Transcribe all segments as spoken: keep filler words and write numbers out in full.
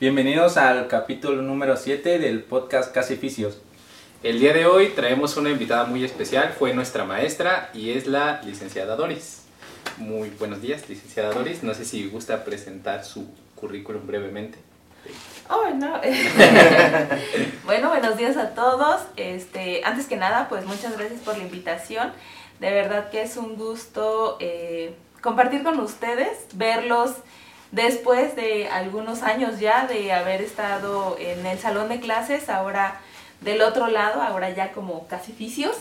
Bienvenidos al capítulo número siete del podcast Casi Fisios. El día de hoy traemos una invitada muy especial, fue nuestra maestra y es la licenciada Doris. Muy buenos días, licenciada Doris. No sé si gusta presentar su currículum brevemente. Oh, no. Bueno, buenos días a todos. Este, antes que nada, pues muchas gracias por la invitación. De verdad que es un gusto eh, compartir con ustedes, verlos después de algunos años ya de haber estado en el salón de clases, ahora del otro lado, ahora ya como casi fisios.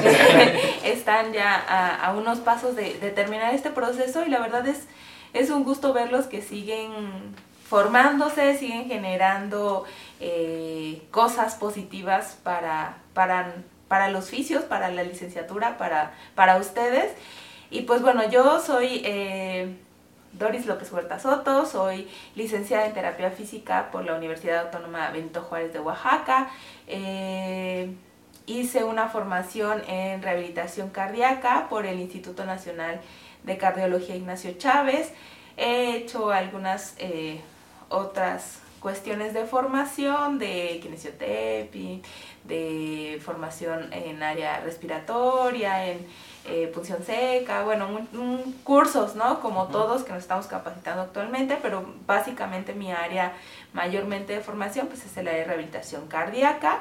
Están ya a, a unos pasos de, de terminar este proceso y la verdad es, es un gusto verlos que siguen formándose, siguen generando eh, cosas positivas para, para, para los fisios, para la licenciatura, para, para ustedes. Y pues bueno, yo soy eh, Doris López Huerta Soto, soy licenciada en terapia física por la Universidad Autónoma Benito Juárez de Oaxaca. Eh, hice una formación en rehabilitación cardíaca por el Instituto Nacional de Cardiología Ignacio Chávez. He hecho algunas eh, otras cuestiones de formación, de kinesioterapia, de formación en área respiratoria, en eh, punción seca, bueno, un, un, cursos, ¿no? Como uh-huh. todos que nos estamos capacitando actualmente, pero básicamente mi área mayormente de formación pues es el área de rehabilitación cardíaca.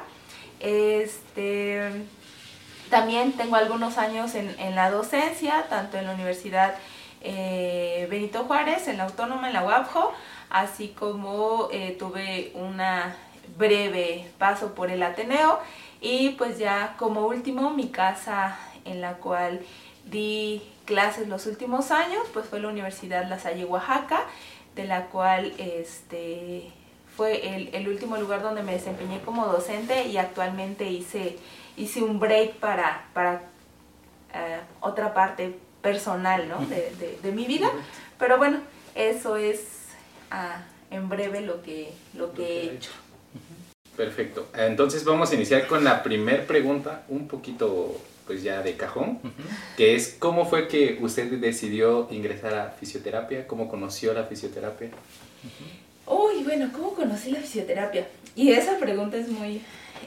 Este, también tengo algunos años en, en la docencia, tanto en la Universidad eh, Benito Juárez, en la Autónoma, en la U A B J O, así como eh, tuve una breve paso por el Ateneo y pues ya como último mi casa en la cual di clases los últimos años pues fue la Universidad La Salle, Oaxaca, de la cual este fue el, el último lugar donde me desempeñé como docente y actualmente hice, hice un break para, para uh, otra parte personal, ¿no? de, de, de mi vida, pero bueno, eso es a, en breve lo que, lo que he hecho. Perfecto. Entonces vamos a iniciar con la primer pregunta, un poquito pues ya de cajón, uh-huh. que es ¿cómo fue que usted decidió ingresar a fisioterapia? ¿Cómo conoció la fisioterapia? Uh-huh. Uy, bueno, ¿cómo conocí la fisioterapia? Y esa pregunta es muy,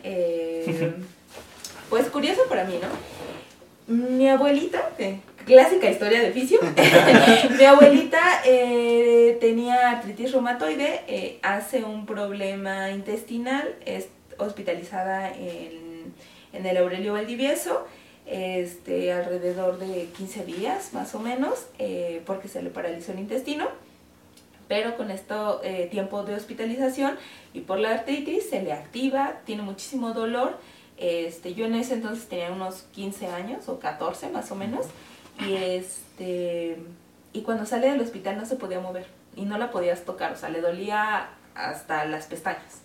eh, pues curiosa para mí, ¿no? Mi abuelita, eh, clásica historia de fisio, mi abuelita eh, tenía artritis reumatoide, eh, hace un problema intestinal, es hospitalizada en, en el Aurelio Valdivieso, este, alrededor de quince días más o menos, eh, porque se le paralizó el intestino, pero con esto eh, tiempo de hospitalización y por la artritis se le activa, tiene muchísimo dolor. Este, yo en ese entonces tenía unos quince años o catorce más o menos. Y este y cuando sale del hospital no se podía mover y no la podías tocar, o sea, le dolía hasta las pestañas.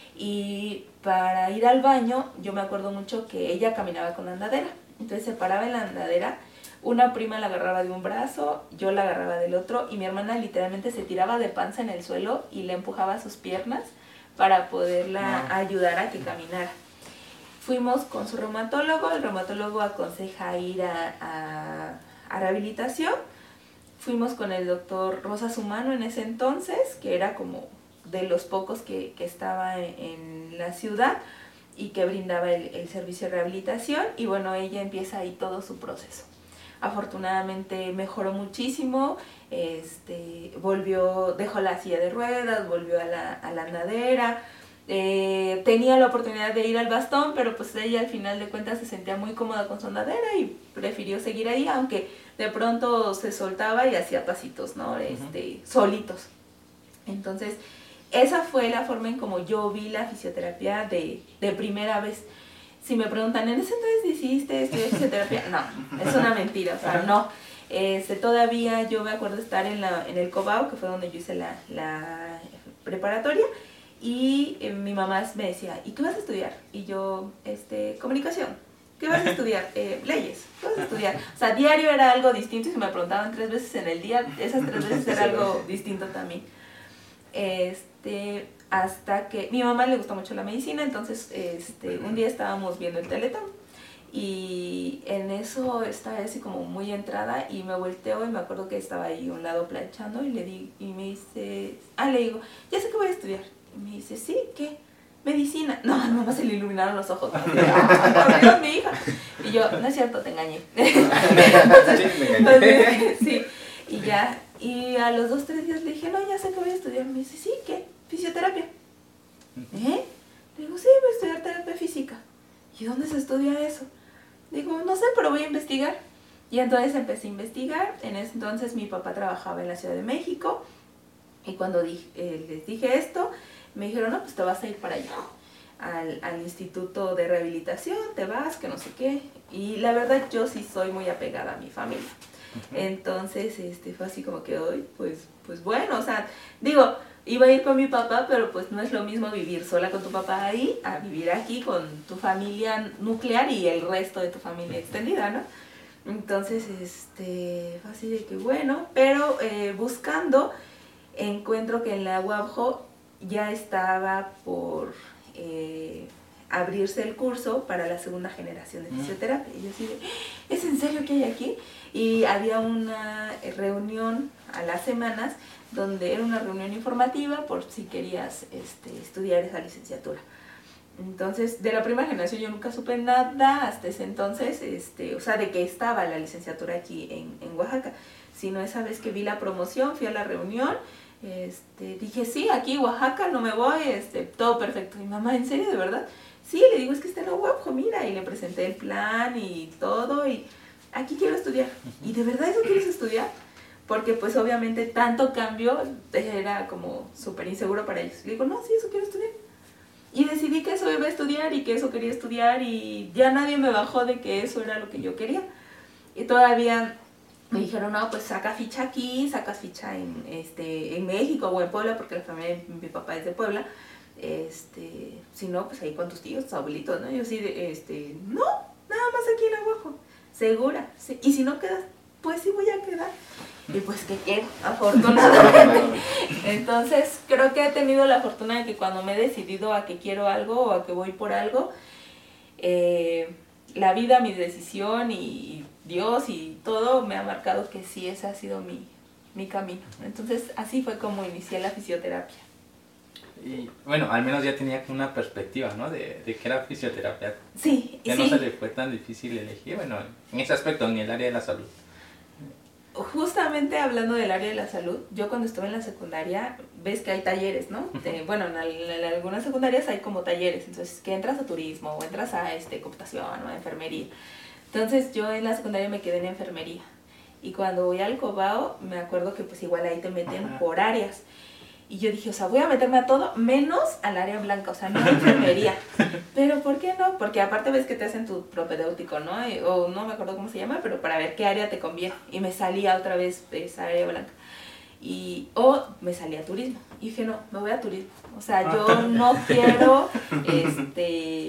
Y para ir al baño, yo me acuerdo mucho que ella caminaba con la andadera. Entonces se paraba en la andadera, una prima la agarraba de un brazo, yo la agarraba del otro y mi hermana literalmente se tiraba de panza en el suelo y le empujaba sus piernas para poderla no. ayudar a que caminara. Fuimos con su reumatólogo, el reumatólogo aconseja ir a, a, a rehabilitación. Fuimos con el doctor Rosas Humano en ese entonces, que era como de los pocos que, que estaba en, en la ciudad y que brindaba el, el servicio de rehabilitación. Y bueno, ella empieza ahí todo su proceso. Afortunadamente mejoró muchísimo, este, volvió, dejó la silla de ruedas, volvió a la, a la andadera. Eh, tenía la oportunidad de ir al bastón, pero pues ella al final de cuentas se sentía muy cómoda con su andadera y prefirió seguir ahí, aunque de pronto se soltaba y hacía pasitos, ¿no? Este, uh-huh. solitos. Entonces, esa fue la forma en como yo vi la fisioterapia de, de primera vez. Si me preguntan, ¿en ese entonces hiciste estudiar fisioterapia? No, es una mentira, o sea, no. Este, todavía yo me acuerdo estar en, la, en el Cobao, que fue donde yo hice la, la preparatoria, y eh, mi mamá me decía, ¿y qué vas a estudiar? Y yo, este, comunicación. ¿Qué vas a estudiar? Eh, leyes. ¿Qué vas a estudiar? O sea, diario era algo distinto y si me preguntaban tres veces en el día, esas tres veces era algo distinto también. Este, hasta que mi mamá le gusta mucho la medicina, entonces este, un día estábamos viendo el Teletón y en eso estaba así como muy entrada y me volteo y me acuerdo que estaba ahí a un lado planchando y le di, y me dice, ah, le digo, ya sé que voy a estudiar. Y me dice, sí, ¿qué? Medicina. No, a mi mamá se le iluminaron los ojos. ¿No? Por Dios, mi hija. Y yo, no es cierto, te engañé. Entonces, Sí, me engañé. entonces, sí, y ya. Y a los dos, tres días le dije, no, ya sé que voy a estudiar. Me dice, sí, ¿qué? Fisioterapia. ¿Eh? Le digo, sí, voy a estudiar terapia física. ¿Y dónde se estudia eso? Digo, no sé, pero voy a investigar. Y entonces empecé a investigar. En ese entonces mi papá trabajaba en la Ciudad de México. Y cuando dije, eh, les dije esto, me dijeron, no, pues te vas a ir para allá, al, al Instituto de Rehabilitación, te vas, que no sé qué. Y la verdad yo sí soy muy apegada a mi familia. Uh-huh. Entonces este, fue así como que hoy, pues, pues bueno, o sea, digo, iba a ir con mi papá, pero pues no es lo mismo vivir sola con tu papá ahí, a vivir aquí con tu familia nuclear y el resto de tu familia extendida, ¿no? Entonces, este, fue así de que bueno, pero eh, buscando, encuentro que en la U A B J O ya estaba por eh, abrirse el curso para la segunda generación de fisioterapia. Y yo así de, ¿es en serio que hay aquí? Y había una reunión a las semanas, donde era una reunión informativa por si querías este, estudiar esa licenciatura. Entonces, de la primera generación yo nunca supe nada hasta ese entonces, este, o sea, de que estaba la licenciatura aquí en, en Oaxaca. Sino esa vez que vi la promoción, fui a la reunión, este, dije, sí, aquí Oaxaca, no me voy, este, todo perfecto. Mi mamá, ¿en serio, de verdad? Sí, le digo, es que está en la U A B J O, mira, y le presenté el plan y todo, y aquí quiero estudiar. ¿Y de verdad eso quieres estudiar? Porque pues obviamente tanto cambio era como súper inseguro para ellos. Le digo, no, sí, eso quiero estudiar. Y decidí que eso iba a estudiar y que eso quería estudiar y ya nadie me bajó de que eso era lo que yo quería. Y todavía me dijeron, no, pues saca ficha aquí, sacas ficha en, este, en México o en Puebla, porque la familia de mi papá es de Puebla. Este, si no, pues ahí con tus tíos, tus abuelitos, ¿no? Yo sí, este, no, nada más aquí en Aguajo, segura. Sí. Y si no quedas, pues sí voy a quedar. Y pues que quiero, afortunadamente. Entonces, creo que he tenido la fortuna de que cuando me he decidido a que quiero algo o a que voy por algo, eh, la vida, mi decisión y Dios y todo me ha marcado que sí, ese ha sido mi, mi camino. Entonces, así fue como inicié la fisioterapia. Y bueno, al menos ya tenía una perspectiva, ¿no? De, de que era fisioterapia. Sí, ya sí. no se le fue tan difícil elegir, bueno, en ese aspecto, en el área de la salud. Justamente hablando del área de la salud, yo cuando estuve en la secundaria, ves que hay talleres, ¿no? De, bueno, en, en, en algunas secundarias hay como talleres, entonces que entras a turismo o entras a este, computación o a enfermería. Entonces yo en la secundaria me quedé en enfermería y cuando voy al Cobao me acuerdo que pues igual ahí te meten Ajá. por áreas. Y yo dije, o sea, voy a meterme a todo menos al área blanca, o sea, no a enfermería. Pero ¿por qué no? Porque aparte ves que te hacen tu propedéutico, ¿no? O no me acuerdo cómo se llama, pero para ver qué área te conviene. Y me salía otra vez esa área blanca. Y, o me salía a turismo. Y dije, no, me voy a turismo. O sea, yo no quiero este,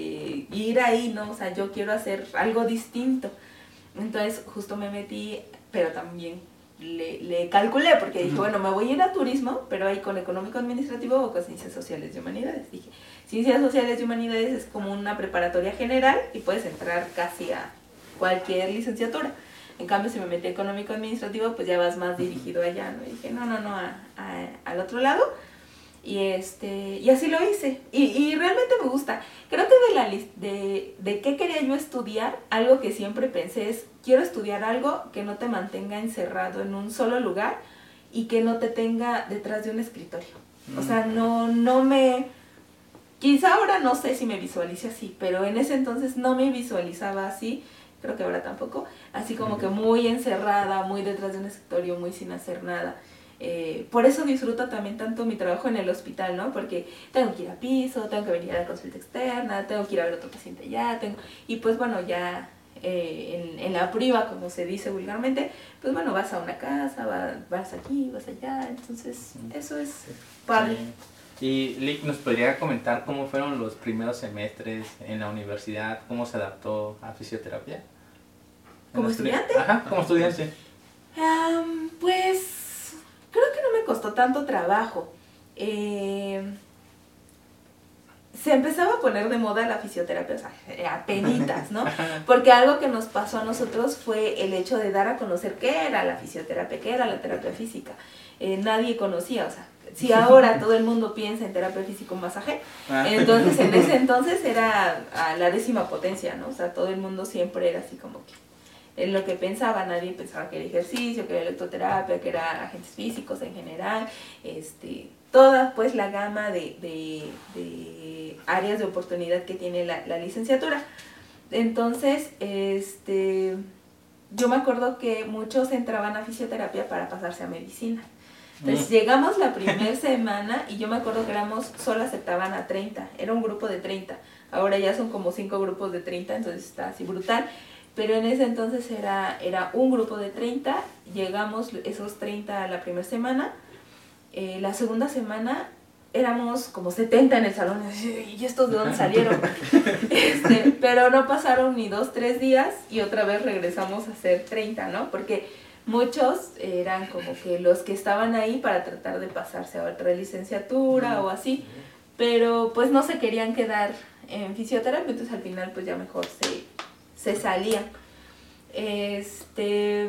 ir ahí, ¿no? O sea, yo quiero hacer algo distinto. Entonces, justo me metí, pero también Le, le calculé porque dije, bueno, me voy a ir a turismo, pero ahí con económico administrativo o con ciencias sociales y humanidades. Dije, ciencias sociales y humanidades es como una preparatoria general y puedes entrar casi a cualquier licenciatura. En cambio, si me metí a económico administrativo, pues ya vas más dirigido allá, ¿no? Y dije, no, no, no, a, a, al otro lado. Y, este, y así lo hice. Y, y realmente me gusta. Creo que de, la de, de qué quería yo estudiar, algo que siempre pensé es, quiero estudiar algo que no te mantenga encerrado en un solo lugar y que no te tenga detrás de un escritorio. Mm. O sea, no, no me... Quizá ahora no sé si me visualice así, pero en ese entonces no me visualizaba así, creo que ahora tampoco, así como que muy encerrada, muy detrás de un escritorio, muy sin hacer nada. Eh, por eso disfruto también tanto mi trabajo en el hospital, ¿no? Porque tengo que ir a piso, tengo que venir a la consulta externa, tengo que ir a ver a otro paciente ya, tengo... y pues bueno, ya eh, en, en la priva, como se dice vulgarmente, pues bueno, vas a una casa, va, vas aquí, vas allá, entonces eso es padre. Sí. Y Lick, ¿nos podría comentar cómo fueron los primeros semestres en la universidad? ¿Cómo se adaptó a fisioterapia? ¿Como estudiante? Ajá, como estudiante. Um, pues... Creo que no me costó tanto trabajo. Eh, se empezaba a poner de moda la fisioterapia, o sea, apenitas, ¿no? Porque algo que nos pasó a nosotros fue el hecho de dar a conocer qué era la fisioterapia, qué era la terapia física. Eh, nadie conocía, o sea, si ahora todo el mundo piensa en terapia físico-masaje, entonces en ese entonces era a la décima potencia, ¿no? O sea, todo el mundo siempre era así como que en lo que pensaba, nadie pensaba que era ejercicio, que era electroterapia, que era agentes físicos en general, este, toda pues la gama de, de, de áreas de oportunidad que tiene la, la licenciatura. Entonces, este, yo me acuerdo que muchos entraban a fisioterapia para pasarse a medicina. Entonces mm. llegamos la primera semana y yo me acuerdo que éramos, solo aceptaban a treinta, era un grupo de treinta, ahora ya son como cinco grupos de treinta, entonces está así brutal. Pero en ese entonces era, era un grupo de treinta, llegamos esos treinta a la primera semana, eh, la segunda semana éramos como setenta en el salón, ¿y estos de dónde salieron? este, pero no pasaron ni dos, tres días y otra vez regresamos a ser treinta, ¿no? Porque muchos eran como que los que estaban ahí para tratar de pasarse a otra licenciatura o así, pero pues no se querían quedar en fisioterapia, entonces al final pues ya mejor se... se salían. Este,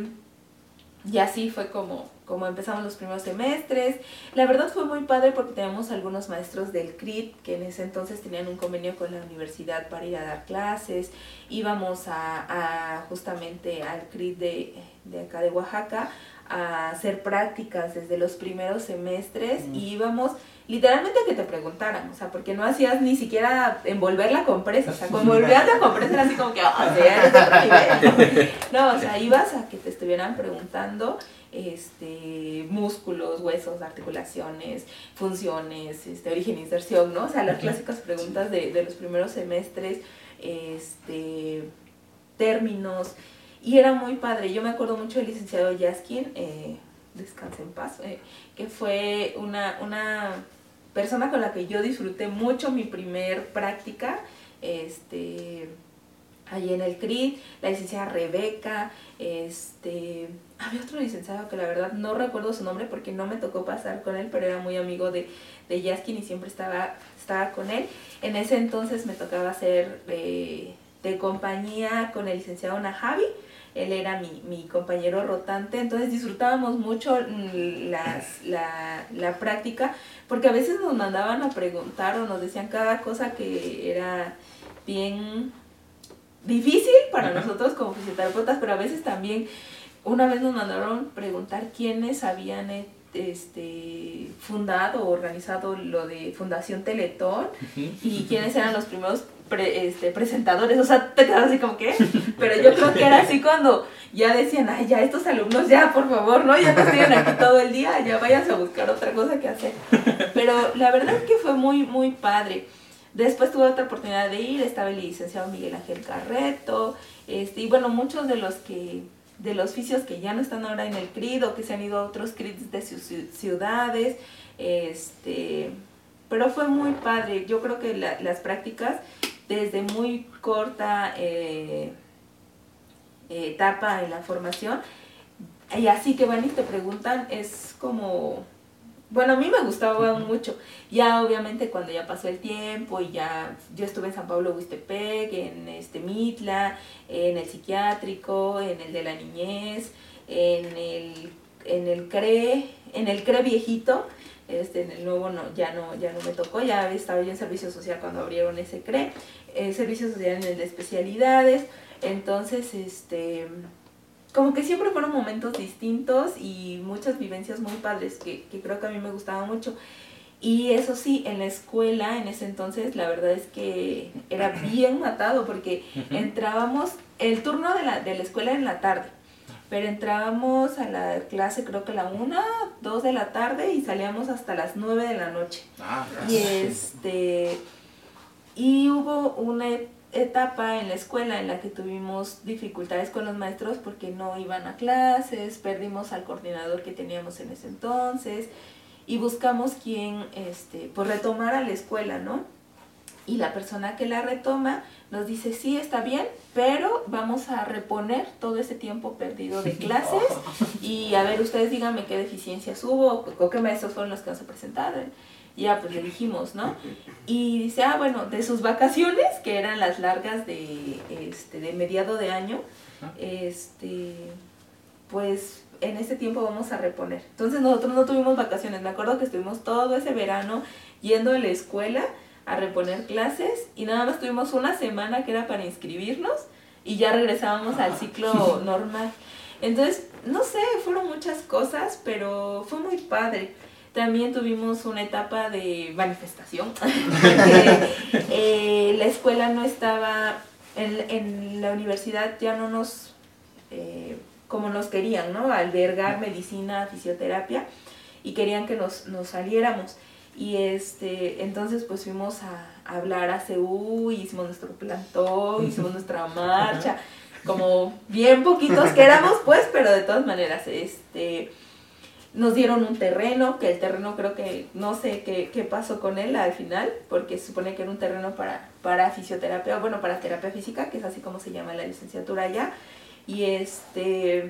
y así fue como, como empezamos los primeros semestres. La verdad fue muy padre porque teníamos algunos maestros del C R I T que en ese entonces tenían un convenio con la universidad para ir a dar clases. Íbamos a, a justamente al C R I T de, de acá de Oaxaca a hacer prácticas desde los primeros semestres mm. y íbamos literalmente a que te preguntaran, o sea, porque no hacías ni siquiera envolver la compresa, o sea, como envolvías la compresa era así como que, oh, o sea, eres de otro nivel. No, o sea, ibas a que te estuvieran preguntando este, músculos, huesos, articulaciones, funciones, este, origen e inserción, ¿no? O sea, las clásicas preguntas de, de los primeros semestres, este, términos, y era muy padre. Yo me acuerdo mucho del licenciado Yaskin, eh, descanse en paz, eh, que fue una, una persona con la que yo disfruté mucho mi primer práctica, este, allí en el C R I T, la licenciada Rebeca, este, había otro licenciado que la verdad no recuerdo su nombre porque no me tocó pasar con él, pero era muy amigo de, de Yaskin y siempre estaba, estaba con él. En ese entonces me tocaba ser de, de compañía con el licenciado Najavi. Él era mi, mi compañero rotante, entonces disfrutábamos mucho las, la, la práctica, porque a veces nos mandaban a preguntar o nos decían cada cosa que era bien difícil para nosotros como fisioterapeutas, pero a veces también una vez nos mandaron preguntar quiénes habían este, fundado o organizado lo de Fundación Teletón y quiénes eran los primeros Pre, este, presentadores, o sea, te quedas así como que, pero yo creo que era así cuando ya decían, ay, ya estos alumnos, ya, por favor, ¿no? Ya no estén aquí todo el día, ya vayas a buscar otra cosa que hacer. Pero la verdad es que fue muy, muy padre. Después tuve otra oportunidad de ir, estaba el licenciado Miguel Ángel Carreto, este, y bueno, muchos de los que, de los fisios que ya no están ahora en el C R I T o que se han ido a otros C R I Ts de sus ciudades, este, pero fue muy padre. Yo creo que la, las prácticas desde muy corta eh, etapa en la formación, y así que van y te preguntan, es como, bueno, a mí me gustaba mucho. Ya obviamente cuando ya pasó el tiempo y ya yo estuve en San Pablo Huistepec, en este Mitla, en el psiquiátrico, en el de la niñez, en el, en el C R E, en el C R E viejito. Este, en el nuevo no, ya no, ya no me tocó, ya estaba yo en servicio social cuando abrieron ese C R E, eh, servicio social en el de especialidades. Entonces, este, como que siempre fueron momentos distintos y muchas vivencias muy padres que, que creo que a mí me gustaba mucho. Y eso sí, en la escuela, en ese entonces, la verdad es que era bien matado porque entrábamos, el turno de la, de la escuela era en la tarde, pero entrábamos a la clase creo que a la una, dos de la tarde y salíamos hasta las nueve de la noche. Ah, y este y hubo una etapa en la escuela en la que tuvimos dificultades con los maestros porque no iban a clases, perdimos al coordinador que teníamos en ese entonces y buscamos quien este, pues retomara la escuela, ¿no? Y la persona que la retoma nos dice, sí, está bien, pero vamos a reponer todo ese tiempo perdido de clases y a ver, ustedes díganme qué deficiencias hubo o qué maestros fueron los que no se presentaron. Y ya pues le dijimos, ¿no? Y dice, ah, bueno, de sus vacaciones, que eran las largas de, este, de mediado de año, este, pues en ese tiempo vamos a reponer. Entonces nosotros no tuvimos vacaciones, me acuerdo que estuvimos todo ese verano yendo a la escuela a reponer clases y nada más tuvimos una semana que era para inscribirnos y ya regresábamos al ciclo normal. Entonces, no sé, fueron muchas cosas, pero fue muy padre. También tuvimos una etapa de manifestación, porque eh, la escuela no estaba, en, en la universidad ya no nos, eh, como nos querían, ¿no? Albergar medicina, fisioterapia, y querían que nos, nos saliéramos. Y este, entonces pues fuimos a, a hablar a C U, hicimos nuestro plantón, hicimos nuestra marcha, como bien poquitos que éramos pues, pero de todas maneras, este... Nos dieron un terreno, que el terreno creo que no sé qué, qué pasó con él al final, porque se supone que era un terreno para, para fisioterapia, bueno, para terapia física, que es así como se llama la licenciatura allá. Y este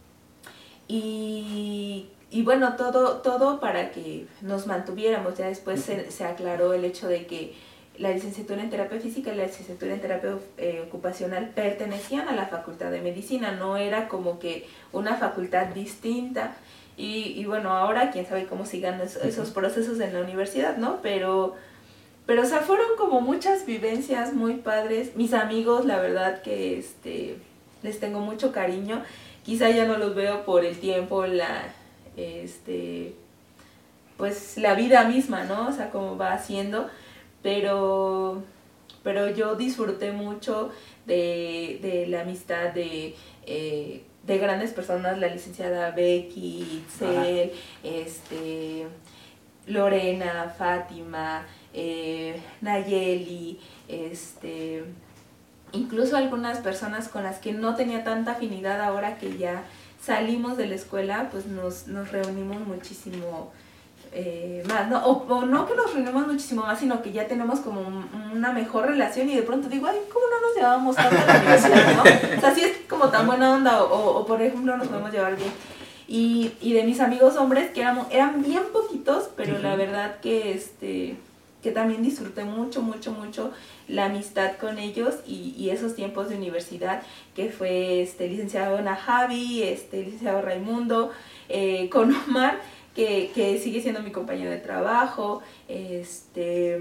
y, y bueno, todo, todo para que nos mantuviéramos. Ya después se, se aclaró el hecho de que la licenciatura en terapia física y la licenciatura en terapia eh, ocupacional pertenecían a la Facultad de Medicina, no era como que una facultad distinta. Y, y bueno, ahora quién sabe cómo sigan esos, esos procesos en la universidad, ¿no? Pero, pero o sea, fueron como muchas vivencias muy padres. Mis amigos, la verdad que este, les tengo mucho cariño. Quizá ya no los veo por el tiempo, la, este, pues la vida misma, ¿no? O sea, cómo va haciendo. Pero, pero yo disfruté mucho de, de la amistad de... Eh, de grandes personas, la licenciada Becky, Itzel, este, Lorena, Fátima, eh, Nayeli, este, incluso algunas personas con las que no tenía tanta afinidad ahora que ya salimos de la escuela, pues nos, nos reunimos muchísimo eh, más, ¿no? O, o no que nos reunimos muchísimo más, sino que ya tenemos como un, una mejor relación y de pronto digo, ay, ¿cómo no nos llevábamos tanto a la universidad, no? O sea, sí es como tan buena onda, o, o por ejemplo nos podemos llevar bien. Y, y de mis amigos hombres, que éramos, eran bien poquitos, pero uh-huh. La verdad que este que también disfruté mucho, mucho, mucho la amistad con ellos y, y esos tiempos de universidad, que fue este licenciado Ana Javi, este licenciado Raimundo, eh, con Omar, que, que sigue siendo mi compañero de trabajo, este...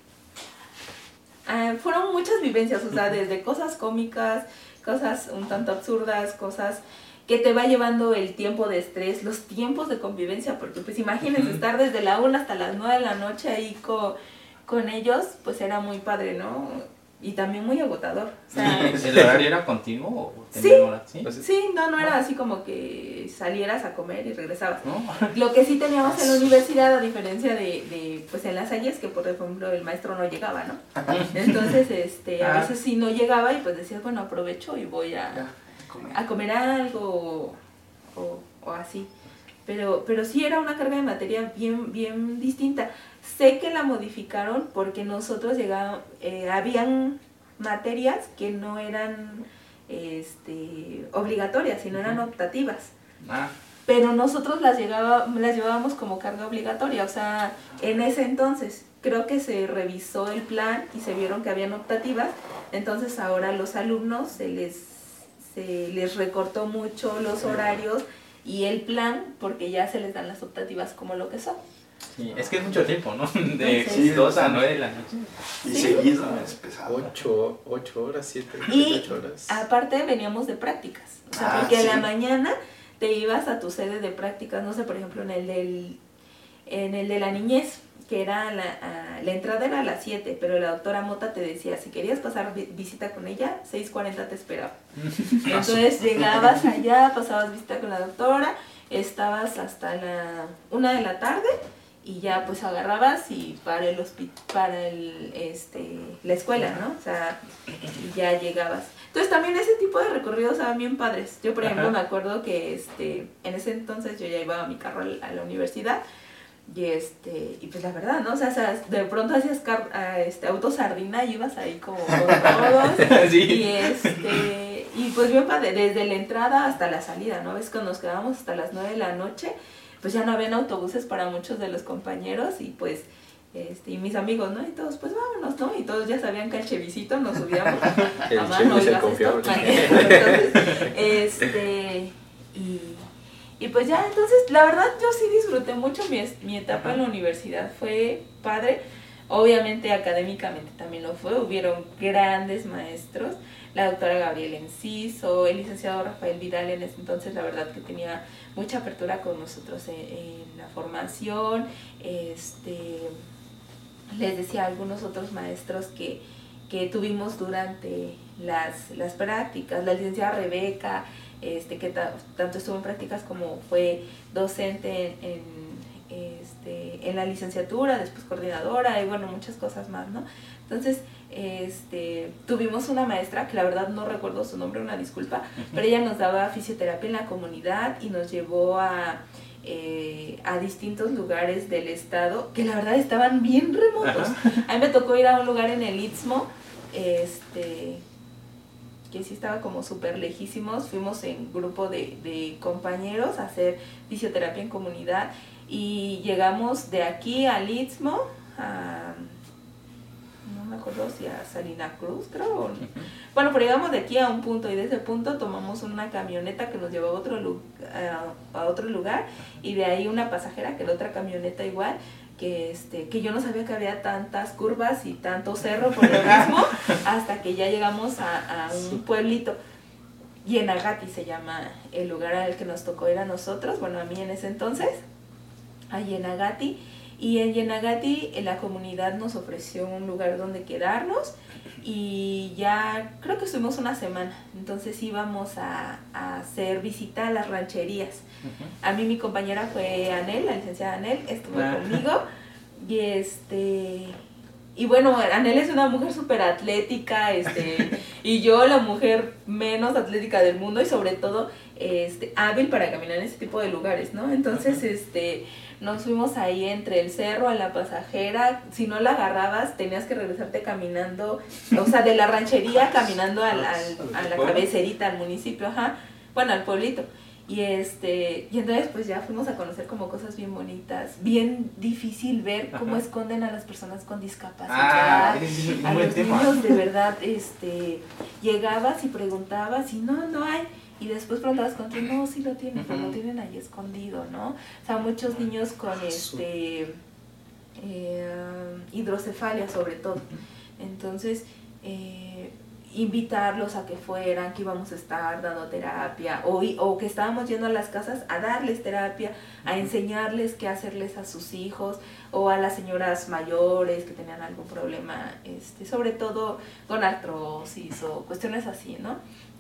Uh, fueron muchas vivencias, o sea, desde cosas cómicas, cosas un tanto absurdas, cosas que te va llevando el tiempo de estrés, los tiempos de convivencia, porque pues imagínense uh-huh. estar desde la una hasta las nueve de la noche ahí con, con ellos, pues era muy padre, ¿no? Y también muy agotador. O sea, ¿el horario era continuo? O sí, hora? ¿Sí? sí, no, no era así como que salieras a comer y regresabas. ¿No? Lo que sí teníamos en la universidad, a diferencia de, de pues en las Salles, que por ejemplo el maestro no llegaba, ¿no? Entonces, este, a veces sí no llegaba y pues decías, bueno, aprovecho y voy a, a comer algo o, o, o así. Pero, pero sí era una carga de materia bien, bien distinta. Sé que la modificaron porque nosotros llegábamos, eh, habían materias que no eran este, obligatorias, sino eran optativas. Ah. Pero nosotros las, llegaba, las llevábamos como carga obligatoria, o sea, en ese entonces creo que se revisó el plan y se vieron que habían optativas, entonces ahora a los alumnos se les, se les recortó mucho los horarios y el plan, porque ya se les dan las optativas como lo que son. Sí, es que es mucho tiempo, ¿no? De sí, dos a nueve de la noche. Y sí. seguido es pesado. Ocho, ocho horas, siete, y ocho horas. Aparte veníamos de prácticas, o sea, ah, porque sí. en la mañana te ibas a tu sede de prácticas, no sé, por ejemplo, en el del, en el de la niñez, que era la, a, la entrada era a las siete, pero la doctora Mota te decía, si querías pasar vi- visita con ella, seis cuarenta te esperaba. Entonces llegabas allá, pasabas visita con la doctora, estabas hasta la una de la tarde y ya pues agarrabas y para el hospi- para el este la escuela, ¿no? O sea, y ya llegabas. Entonces también ese tipo de recorridos eran bien padres. Yo por ejemplo Ajá. me acuerdo que este en ese entonces yo ya iba a mi carro a la universidad y este y pues la verdad, ¿no? O sea, de pronto hacías car- a este auto sardina y ibas ahí como con todos sí. y este y pues bien padre, desde la entrada hasta la salida, ¿no? Ves que nos quedábamos hasta las nueve de la noche, pues ya no habían autobuses para muchos de los compañeros y pues Este, y mis amigos, ¿no? Y todos, pues vámonos, ¿no? Y todos ya sabían que el chevisito nos subíamos. El Mamá, Chevy no es el digas esto. confiable. Entonces, este, y, y pues ya, entonces, la verdad, yo sí disfruté mucho mi, mi etapa Ajá. en la universidad. Fue padre. Obviamente, académicamente también lo fue. Hubieron grandes maestros. La doctora Gabriela Enciso, el licenciado Rafael Vidal en ese entonces, la verdad que tenía mucha apertura con nosotros en, en la formación. Este, les decía a algunos otros maestros que, que tuvimos durante las, las prácticas, la licenciada Rebeca, este, que ta, tanto estuvo en prácticas como fue docente en, en, este, en la licenciatura, después coordinadora y bueno, muchas cosas más, ¿no? Entonces, este, tuvimos una maestra, que la verdad no recuerdo su nombre, una disculpa, uh-huh. pero ella nos daba fisioterapia en la comunidad y nos llevó a, eh, a distintos lugares del estado, que la verdad estaban bien remotos. Uh-huh. A mí me tocó ir a un lugar en el Istmo, este, que sí estaba como súper lejísimos. Fuimos en grupo de, de compañeros a hacer fisioterapia en comunidad y llegamos de aquí al Istmo, a... no me acuerdo si a Salina Cruz, creo. O no. Bueno, pero llegamos de aquí a un punto y de ese punto tomamos una camioneta que nos llevó a otro, a, a otro lugar y de ahí una pasajera que era otra camioneta igual, que, este, que yo no sabía que había tantas curvas y tanto cerro por el mismo hasta que ya llegamos a, a un pueblito. Yenagati se llama el lugar al que nos tocó ir a nosotros, bueno, a mí en ese entonces, a Yenagati. Y en Yenagati, en la comunidad nos ofreció un lugar donde quedarnos y ya creo que estuvimos una semana. Entonces íbamos a, a hacer visita a las rancherías. Uh-huh. A mí mi compañera fue Anel, la licenciada Anel, estuvo uh-huh. conmigo. Y este... Y bueno, Anel es una mujer súper atlética, este, y yo la mujer menos atlética del mundo y sobre todo este, hábil para caminar en ese tipo de lugares, ¿no? Entonces, uh-huh. este, nos fuimos ahí entre el cerro a la pasajera. Si no la agarrabas, tenías que regresarte caminando, o sea, de la ranchería caminando al, al, a la cabecerita, al municipio, ajá, bueno, al pueblito. Y este y entonces pues ya fuimos a conocer como cosas bien bonitas, bien difícil ver cómo Ajá. esconden a las personas con discapacidad, ah, es un a buen los tema. niños de verdad, este llegabas y preguntabas y no, no hay, y después preguntabas con quién, no, sí lo tienen, pero lo tienen ahí escondido, ¿no? O sea, muchos niños con este eh, hidrocefalia sobre todo, entonces eh, invitarlos a que fueran, que íbamos a estar dando terapia o, o que estábamos yendo a las casas a darles terapia, a enseñarles qué hacerles a sus hijos o a las señoras mayores que tenían algún problema, este, sobre todo con artrosis o cuestiones así, ¿no?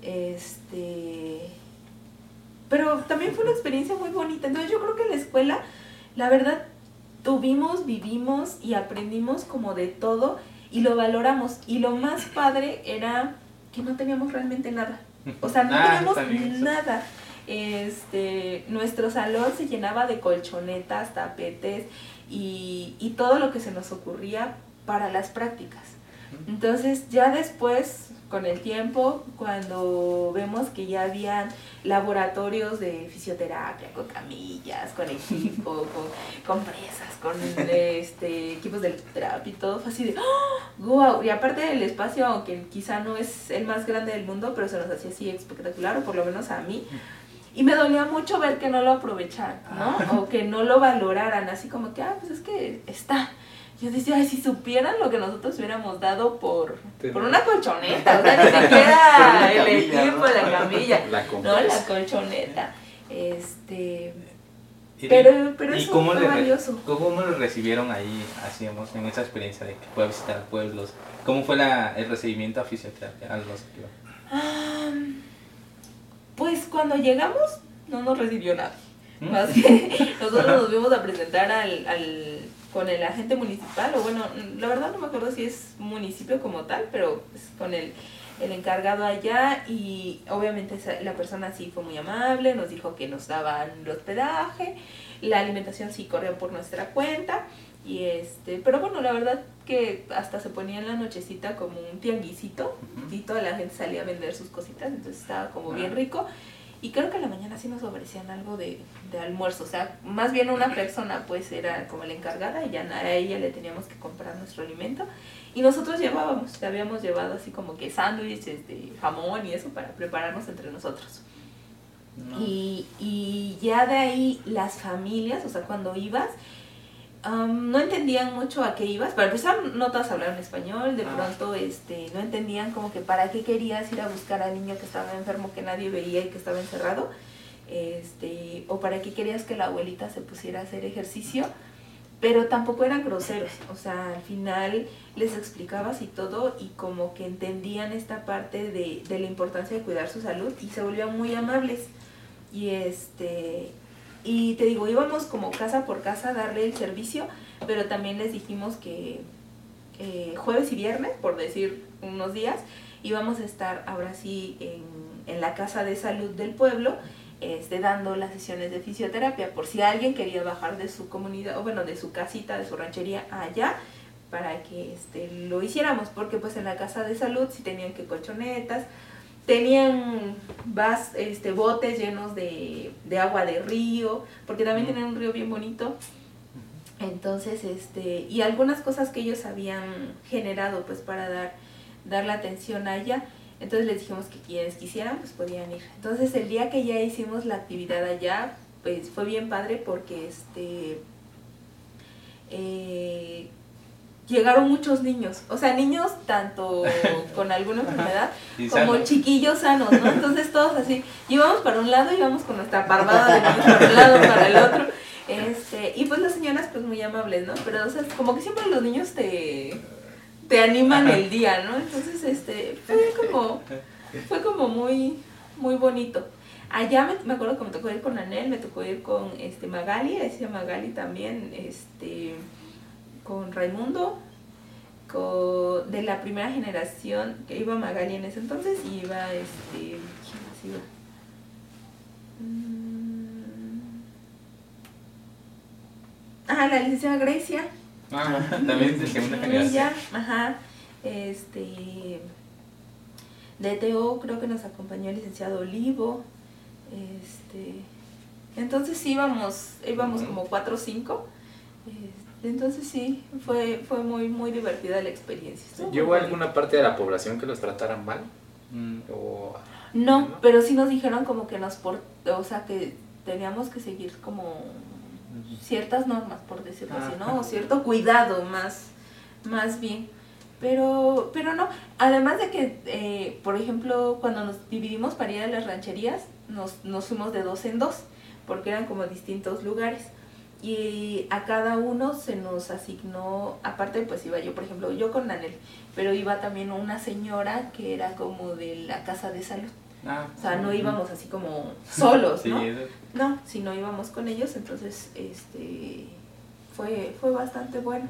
Este, pero también fue una experiencia muy bonita. Entonces yo creo que en la escuela, la verdad, tuvimos, vivimos y aprendimos como de todo y lo valoramos. Y lo más padre era que no teníamos realmente nada. O sea, no ah, teníamos nada. Este, nuestro salón se llenaba de colchonetas, tapetes y, y todo lo que se nos ocurría para las prácticas. Entonces ya después, con el tiempo, cuando vemos que ya habían laboratorios de fisioterapia, con camillas, con equipo, con compresas, con este, equipos de terapia y todo, fue así de ¡oh! ¡Wow! Y aparte del espacio, aunque quizá no es el más grande del mundo, pero se nos hacía así espectacular, o por lo menos a mí. Y me dolía mucho ver que no lo aprovecharan, ¿no? O que no lo valoraran, así como que, ah, pues es que está. Yo decía, ay, si supieran lo que nosotros hubiéramos dado por, por una colchoneta, o sea, ni siquiera el equipo, ¿no? La camilla, la no, la colchoneta, este, pero, pero ¿Y eso cómo fue le, valioso. ¿Cómo lo recibieron ahí, hacíamos, en esa experiencia de que fue a visitar pueblos? ¿Cómo fue la, el recibimiento a fisioterapia? A los que... um, pues cuando llegamos, no nos recibió nadie, ¿Mm? Más que nosotros nos fuimos a presentar al... al con el agente municipal, o bueno, la verdad no me acuerdo si es municipio como tal, pero pues con el, el encargado allá, y obviamente la persona sí fue muy amable, nos dijo que nos daban el hospedaje, la alimentación sí corría por nuestra cuenta, y este, pero bueno, la verdad que hasta se ponía en la nochecita como un tianguisito, uh-huh. y toda la gente salía a vender sus cositas, entonces estaba como uh-huh. bien rico. y creo que a la mañana sí nos ofrecían algo de, de almuerzo, o sea, más bien una persona pues era como la encargada y ya a ella le teníamos que comprar nuestro alimento y nosotros llevábamos, le habíamos llevado así como que sándwiches de jamón y eso para prepararnos entre nosotros. No. Y, y ya de ahí las familias, o sea, cuando ibas, Um, no entendían mucho a qué ibas. Para empezar, no todas hablaban español. De pronto este, no entendían como que para qué querías ir a buscar al niño que estaba enfermo, que nadie veía y que estaba encerrado, este, o para qué querías que la abuelita se pusiera a hacer ejercicio. Pero tampoco eran groseros, o sea, al final les explicabas y todo, y como que entendían esta parte de, de la importancia de cuidar su salud y se volvían muy amables. Y este... Y te digo, íbamos como casa por casa a darle el servicio, pero también les dijimos que eh, jueves y viernes, por decir unos días, íbamos a estar ahora sí en, en la casa de salud del pueblo, este, dando las sesiones de fisioterapia, por si alguien quería bajar de su comunidad, o bueno, de su casita, de su ranchería allá, para que este, lo hiciéramos, porque pues en la casa de salud sí tenían que colchonetas, tenían vas, este, botes llenos de, de agua de río, porque también tenían un río bien bonito. Entonces, este, y algunas cosas que ellos habían generado pues para dar, dar la atención allá. Entonces les dijimos que quienes quisieran pues podían ir. Entonces el día que ya hicimos la actividad allá, pues fue bien padre porque este eh, llegaron muchos niños, o sea, niños tanto con alguna enfermedad como sano. Chiquillos sanos, ¿no? Entonces todos así, íbamos para un lado, íbamos con nuestra parvada de niños para un lado, para el otro, este, y pues las señoras pues muy amables, ¿no? Pero o sea, como que siempre los niños te, te animan el día, ¿no? Entonces, este, fue como, fue como muy, muy bonito. Allá me, me acuerdo que me tocó ir con Anel, me tocó ir con este Magali, decía Magali también, este... con Raimundo, con, de la primera generación, que iba Magali en ese entonces, y iba, este, ¿quién más iba? Ah, la licenciada Grecia. Ah, también de segunda generación. Ella, ajá, este, de T O creo que nos acompañó el licenciado Olivo, este, entonces íbamos, íbamos como cuatro o cinco, este, entonces sí, fue fue muy muy divertida la experiencia. ¿Llegó alguna parte de la población que los trataran mal? Mm. O, no, ¿no? Pero sí nos dijeron como que nos, por, o sea, que teníamos que seguir como ciertas normas, por decirlo ah, así, ¿no? O cierto cuidado más, más bien. Pero, pero no, además de que, eh, por ejemplo, cuando nos dividimos para ir a las rancherías, nos, nos fuimos de dos en dos, porque eran como distintos lugares. Y a cada uno se nos asignó, aparte pues iba yo, por ejemplo, yo con Anel, pero iba también una señora que era como de la casa de salud. Ah, o sea, no íbamos así como solos, ¿no? Sí, no, sino íbamos con ellos, entonces este fue fue bastante bueno.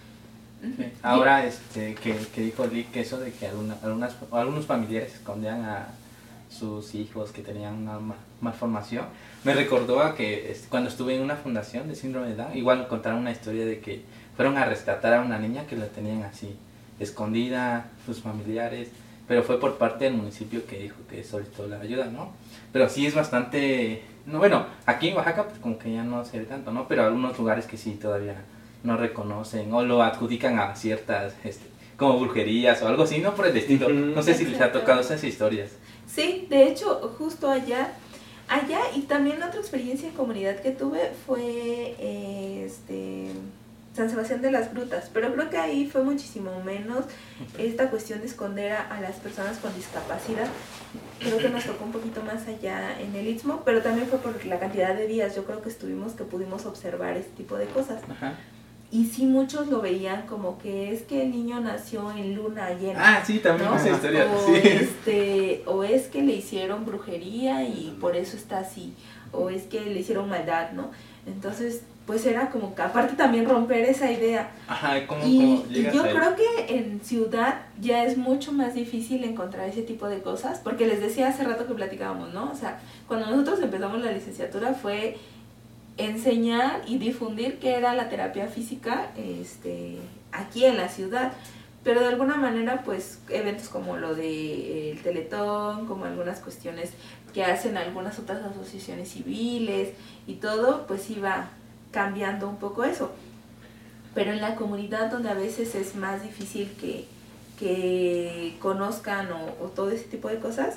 Sí. Ahora, este, que, que dijo Lick, que eso de que alguna, algunas, algunos familiares escondían a sus hijos que tenían una malformación, me recordó a que cuando estuve en una fundación de síndrome de Down, igual contaron una historia de que fueron a rescatar a una niña que la tenían así, escondida, sus familiares, pero fue por parte del municipio que dijo que solicitó la ayuda, ¿no? Pero sí es bastante, no, bueno, aquí en Oaxaca pues como que ya no se ve tanto, ¿no? Pero algunos lugares que sí todavía no reconocen o lo adjudican a ciertas, este, como brujerías o algo así, ¿no? Por el estilo. No sé si les ha tocado esas historias. Sí, de hecho, justo allá, allá y también otra experiencia en comunidad que tuve fue eh, este, San Sebastián de las Grutas, pero creo que ahí fue muchísimo menos esta cuestión de esconder a, a las personas con discapacidad. Creo que nos tocó un poquito más allá en el Istmo, pero también fue por la cantidad de días, yo creo que estuvimos, que pudimos observar este tipo de cosas. Ajá. Y sí, muchos lo veían como que es que el niño nació en luna llena. Ah, sí, también ¿no? Esa historia. O, sí. este, o es que le hicieron brujería y por eso está así. O es que le hicieron maldad, ¿no? Entonces, pues era como que aparte también romper esa idea. Ajá, ¿cómo, y, cómo y yo creo que en ciudad ya es mucho más difícil encontrar ese tipo de cosas. Porque les decía hace rato que platicábamos, ¿no? O sea, cuando nosotros empezamos la licenciatura fue enseñar y difundir qué era la terapia física este, aquí en la ciudad, pero de alguna manera pues eventos como lo de eh, el Teletón, como algunas cuestiones que hacen algunas otras asociaciones civiles y todo, pues iba cambiando un poco eso. Pero en la comunidad donde a veces es más difícil que, que conozcan o, o todo ese tipo de cosas,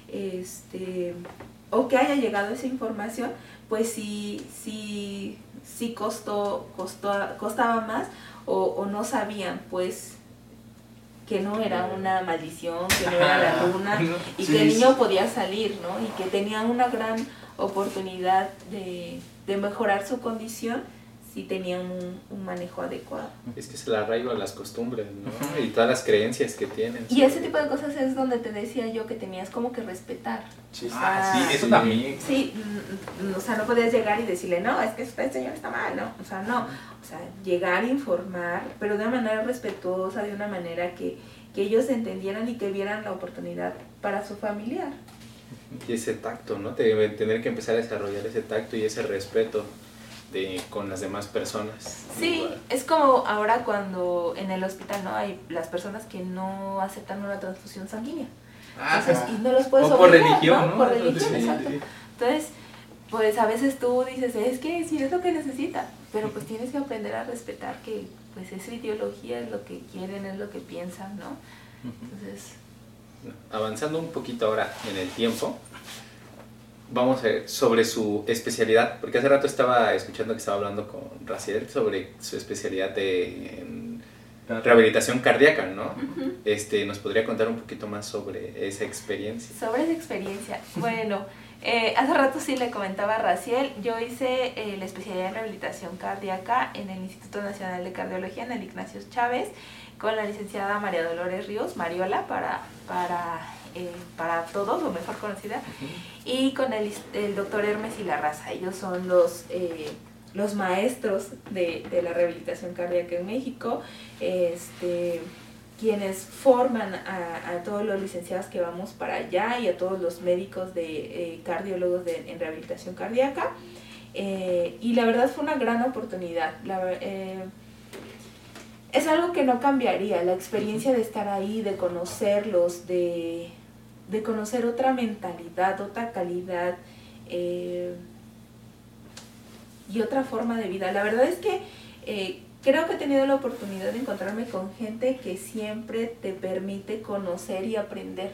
este, o que haya llegado esa información, pues sí, sí, sí costó, costó, costaba más o, o no sabían pues que no era una maldición, que no era la luna y sí, que el niño sí. podía salir, ¿no? Y que tenía una gran oportunidad de, de mejorar su condición si tenían un, un manejo adecuado. Es que es el arraigo a las costumbres, ¿no? Y todas las creencias que tienen. Y ese tipo de cosas es donde te decía yo que tenías como que respetar. Sí, O sea, ah, sí, eso sí. también. Sí, mm, o sea, no podías llegar y decirle, no, es que este señor está mal, ¿no? O sea, no. O sea, llegar a informar, pero de una manera respetuosa, de una manera que, que ellos entendieran y que vieran la oportunidad para su familiar. Y ese tacto, ¿no? Te deben tener que empezar a desarrollar ese tacto y ese respeto de, con las demás personas. Sí, Igual. es como ahora cuando en el hospital, ¿no? Hay las personas que no aceptan una transfusión sanguínea. Entonces, Ah, y no los puedes o por obligar, religión, ¿no? Por religión, Sí, exacto. sí. Entonces, pues a veces tú dices, es que sí es lo que necesita, pero pues tienes que aprender a respetar que pues es su ideología, es lo que quieren, es lo que piensan, ¿no? Entonces... Avanzando un poquito ahora en el tiempo, vamos a ver sobre su especialidad, porque hace rato estaba escuchando que estaba hablando con Raciel sobre su especialidad de en rehabilitación cardíaca, ¿no? Uh-huh. Este, ¿nos podría contar un poquito más sobre esa experiencia? Sobre esa experiencia, bueno, eh, hace rato sí le comentaba a Raciel, yo hice eh, la especialidad en rehabilitación cardíaca en el Instituto Nacional de Cardiología, en el Ignacio Chávez, con la licenciada María Dolores Ríos, Mariola, para, para, eh, para todos, o mejor conocida, uh-huh. Y con el, el doctor Hermes y la Raza. Ellos son los, eh, los maestros de, de la rehabilitación cardíaca en México, este, quienes forman a, a todos los licenciados que vamos para allá y a todos los médicos de eh, cardiólogos de, en rehabilitación cardíaca. Eh, y la verdad fue una gran oportunidad. La, eh, Es algo que no cambiaría, la experiencia de estar ahí, de conocerlos, de, de conocer otra mentalidad, otra calidad eh, y otra forma de vida. La verdad es que eh, creo que he tenido la oportunidad de encontrarme con gente que siempre te permite conocer y aprender,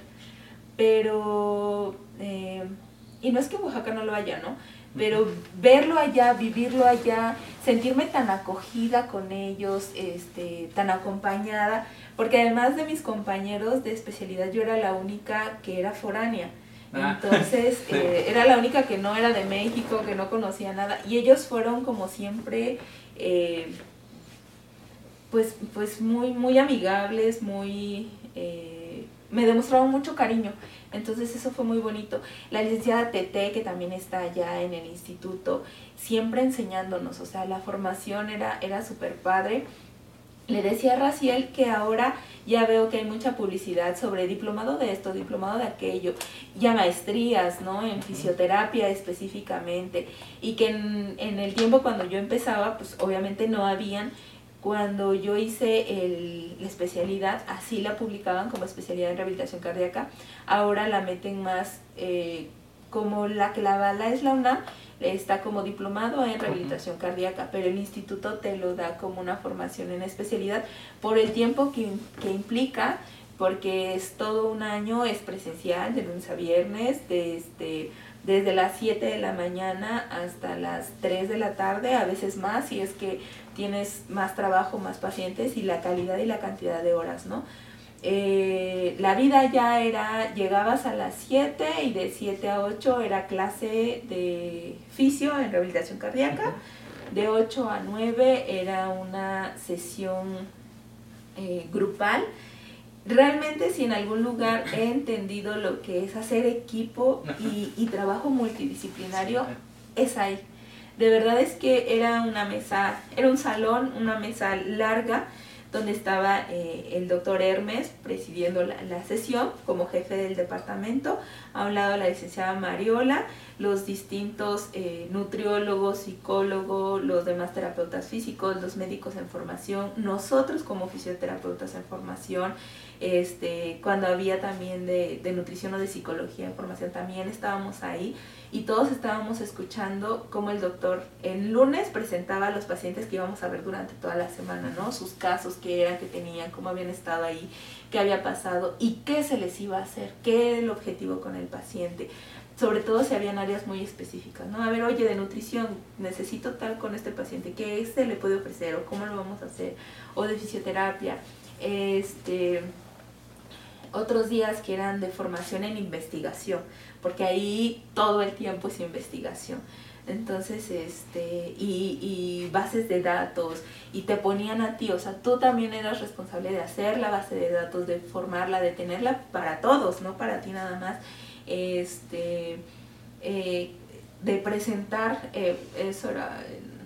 pero, eh, y no es que en Oaxaca no lo haya, ¿no? Pero verlo allá, vivirlo allá, sentirme tan acogida con ellos, este, tan acompañada, porque además de mis compañeros de especialidad yo era la única que era foránea, ah. Entonces eh, era la única que no era de México, que no conocía nada, y ellos fueron como siempre, eh, pues, pues muy, muy amigables, muy, eh, me demostraron mucho cariño. Entonces eso fue muy bonito. La licenciada Tete, que también está allá en el instituto, siempre enseñándonos, o sea, la formación era, era súper padre. Le decía a Raciel que ahora ya veo que hay mucha publicidad sobre diplomado de esto, diplomado de aquello, ya maestrías, ¿no? En fisioterapia específicamente, y que en, en el tiempo cuando yo empezaba, pues obviamente no habían. Cuando yo hice el, la especialidad, así la publicaban como especialidad en rehabilitación cardíaca. Ahora la meten más, eh, como la que la avala es la UNAM, está como diplomado en rehabilitación uh-huh. cardíaca, pero el instituto te lo da como una formación en especialidad por el tiempo que, que implica, porque es todo un año, es presencial, de lunes a viernes, de este... desde las siete de la mañana hasta las tres de la tarde, a veces más, si es que tienes más trabajo, más pacientes, y la calidad y la cantidad de horas, ¿no? Eh, la vida ya era, llegabas a las siete y de siete a ocho era clase de fisio en rehabilitación cardíaca, uh-huh. De ocho a nueve era una sesión eh, grupal. Realmente si en algún lugar he entendido lo que es hacer equipo y, y trabajo multidisciplinario, es ahí. De verdad es que era una mesa, era un salón, una mesa larga, donde estaba eh, el doctor Hermes presidiendo la, la sesión como jefe del departamento, a un lado la licenciada Mariola, los distintos eh, nutriólogos, psicólogos, los demás terapeutas físicos, los médicos en formación, nosotros como fisioterapeutas en formación, este, cuando había también de, de nutrición o de psicología en formación también estábamos ahí, y todos estábamos escuchando cómo el doctor el lunes presentaba a los pacientes que íbamos a ver durante toda la semana, ¿no? Sus casos, qué eran, qué tenían, cómo habían estado ahí, qué había pasado y qué se les iba a hacer, qué era el objetivo con el paciente. Sobre todo si habían áreas muy específicas, ¿no? A ver, oye, de nutrición, necesito tal con este paciente, ¿qué se le puede ofrecer o cómo lo vamos a hacer? O de fisioterapia, este... otros días que eran de formación en investigación, porque ahí todo el tiempo es investigación. Entonces, este, y, y bases de datos, y te ponían a ti, o sea, tú también eras responsable de hacer la base de datos, de formarla, de tenerla para todos, no para ti nada más, este, eh, de presentar, eh, eso era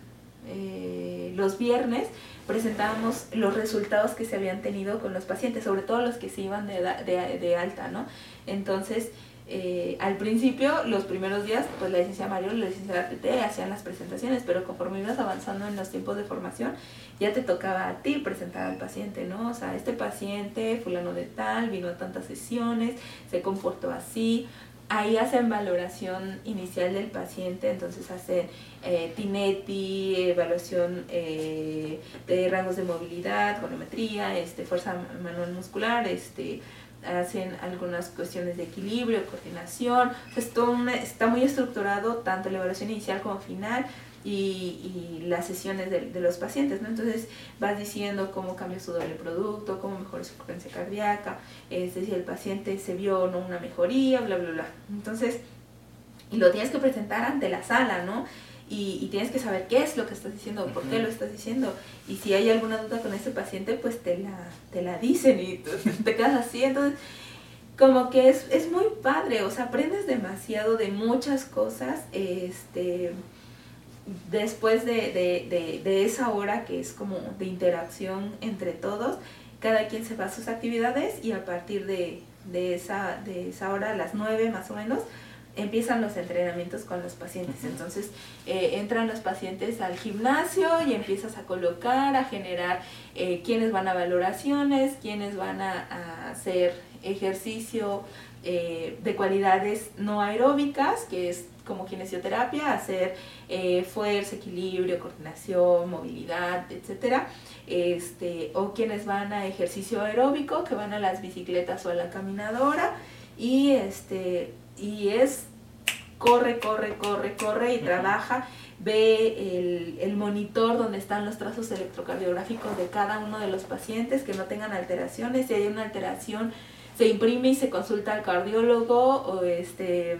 eh, los viernes, presentábamos los resultados que se habían tenido con los pacientes, sobre todo los que se iban de, de, de alta, ¿no? Entonces, eh, al principio, los primeros días, pues la licenciada Mario y la licenciada Tete hacían las presentaciones, pero conforme ibas avanzando en los tiempos de formación, ya te tocaba a ti presentar al paciente, ¿no? O sea, este paciente, fulano de tal, vino a tantas sesiones, se comportó así. Ahí hacen valoración inicial del paciente, entonces hacen eh, Tinetti, evaluación eh, de rangos de movilidad, volumetría, este, fuerza manual muscular, este, hacen algunas cuestiones de equilibrio, coordinación. O sea, esto una, está muy estructurado tanto la evaluación inicial como final y, y las sesiones de, de los pacientes, ¿no? Entonces vas diciendo cómo cambia su doble producto, cómo mejora su frecuencia cardíaca, es decir, el paciente se vio o no una mejoría, bla, bla, bla. Entonces, y lo tienes que presentar ante la sala, ¿no? Y, y tienes que saber qué es lo que estás diciendo, por qué lo estás diciendo. Y si hay alguna duda con ese paciente, pues te la, te la dicen y te quedas así. Entonces, como que es, es muy padre, o sea, aprendes demasiado de muchas cosas, este... después de, de, de, de esa hora que es como de interacción entre todos, cada quien se va a sus actividades y a partir de, de, esa, de esa hora, a las nueve más o menos, empiezan los entrenamientos con los pacientes. Entonces eh, entran los pacientes al gimnasio y empiezas a colocar, a generar eh, quiénes van a valoraciones, quiénes van a, a hacer ejercicio eh, de cualidades no aeróbicas, que es como kinesioterapia, hacer eh, fuerza, equilibrio, coordinación, movilidad, etcétera, este, o quienes van a ejercicio aeróbico, que van a las bicicletas o a la caminadora, y este y es corre, corre, corre, corre y uh-huh. trabaja, ve el, el monitor donde están los trazos electrocardiográficos de cada uno de los pacientes, que no tengan alteraciones. Si hay una alteración, se imprime y se consulta al cardiólogo, o este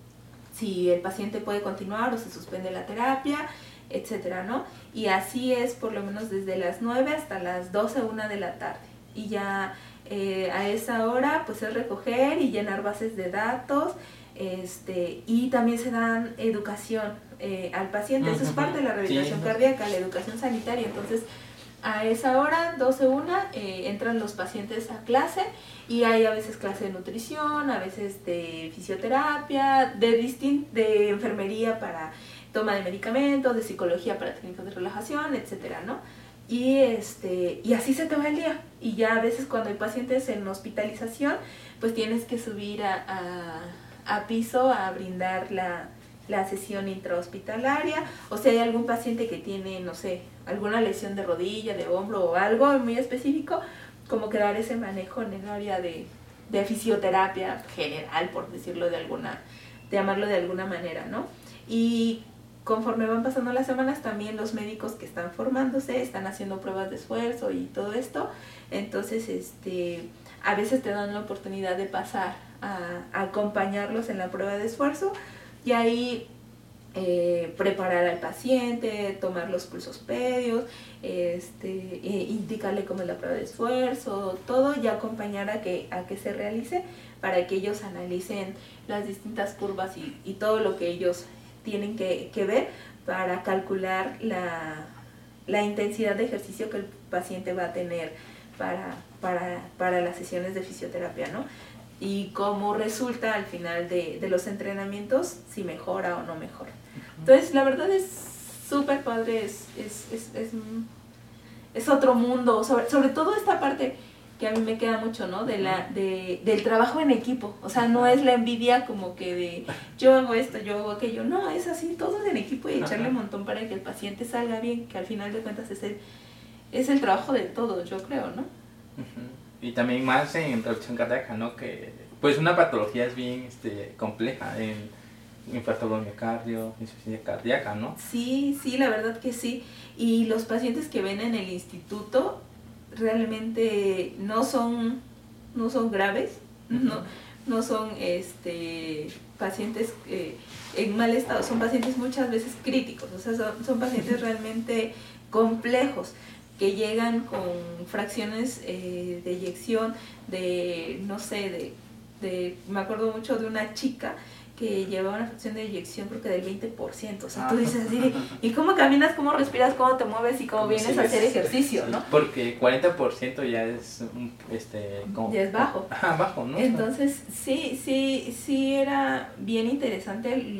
si el paciente puede continuar o se suspende la terapia, etcétera, ¿no? Y así es por lo menos desde las nueve hasta las doce, una de la tarde. Y ya eh, a esa hora pues es recoger y llenar bases de datos, este, y también se dan educación eh, al paciente. Eso es parte de la rehabilitación sí. cardíaca, la educación sanitaria. Entonces, a esa hora, doce, una, eh, entran los pacientes a clase y hay a veces clase de nutrición, a veces de fisioterapia, de, distin- de enfermería para toma de medicamentos, de psicología para técnicas de relajación, etcétera, ¿no? Y, este, y así se te va el día. Y ya a veces cuando hay pacientes en hospitalización, pues tienes que subir a, a, a piso a brindar la, la sesión intrahospitalaria, o si hay algún paciente que tiene, no sé, alguna lesión de rodilla, de hombro o algo muy específico, como que dar ese manejo en el área de, de fisioterapia general, por decirlo de alguna, de llamarlo de alguna manera, ¿no? Y conforme van pasando las semanas, también los médicos que están formándose están haciendo pruebas de esfuerzo y todo esto. Entonces, este, a veces te dan la oportunidad de pasar a, a acompañarlos en la prueba de esfuerzo y ahí eh, preparar al paciente, tomar los pulsos pedios, este, eh, indicarle cómo es la prueba de esfuerzo, todo, y acompañar a que, a que se realice para que ellos analicen las distintas curvas y, y todo lo que ellos tienen que, que ver para calcular la, la intensidad de ejercicio que el paciente va a tener para, para, para las sesiones de fisioterapia, ¿no? Y cómo resulta al final de, de los entrenamientos, si mejora o no mejora. Entonces, la verdad es súper padre, es, es, es, es, es otro mundo, sobre, sobre todo esta parte que a mí me queda mucho, ¿no? De la, de, del trabajo en equipo. O sea, no es la envidia como que de yo hago esto, yo hago aquello. No, es así, todos en equipo y echarle un montón para que el paciente salga bien, que al final de cuentas es el, es el trabajo de todos, yo creo, ¿no? Uh-huh. Y también más en reducción cardíaca, ¿no? Que pues una patología es bien este, compleja en infarto del miocardio, insuficiencia cardíaca, ¿no? Sí, sí, la verdad que sí. Y los pacientes que ven en el instituto realmente no son, no son graves, uh-huh. no, no son este, pacientes eh, en mal estado, son pacientes muchas veces críticos, o sea, son, son pacientes realmente complejos, que llegan con fracciones eh, de eyección de, no sé, de, de, me acuerdo mucho de una chica que llevaba una fracción de eyección creo que del veinte por ciento, o sea, tú dices así, ¿y cómo caminas, cómo respiras, cómo te mueves y cómo vienes sí, a hacer ejercicio, sí, ¿no? Porque cuarenta por ciento ya es, este, como, ya es bajo. Ajá, bajo, ¿no? Entonces, sí, sí, sí era bien interesante el,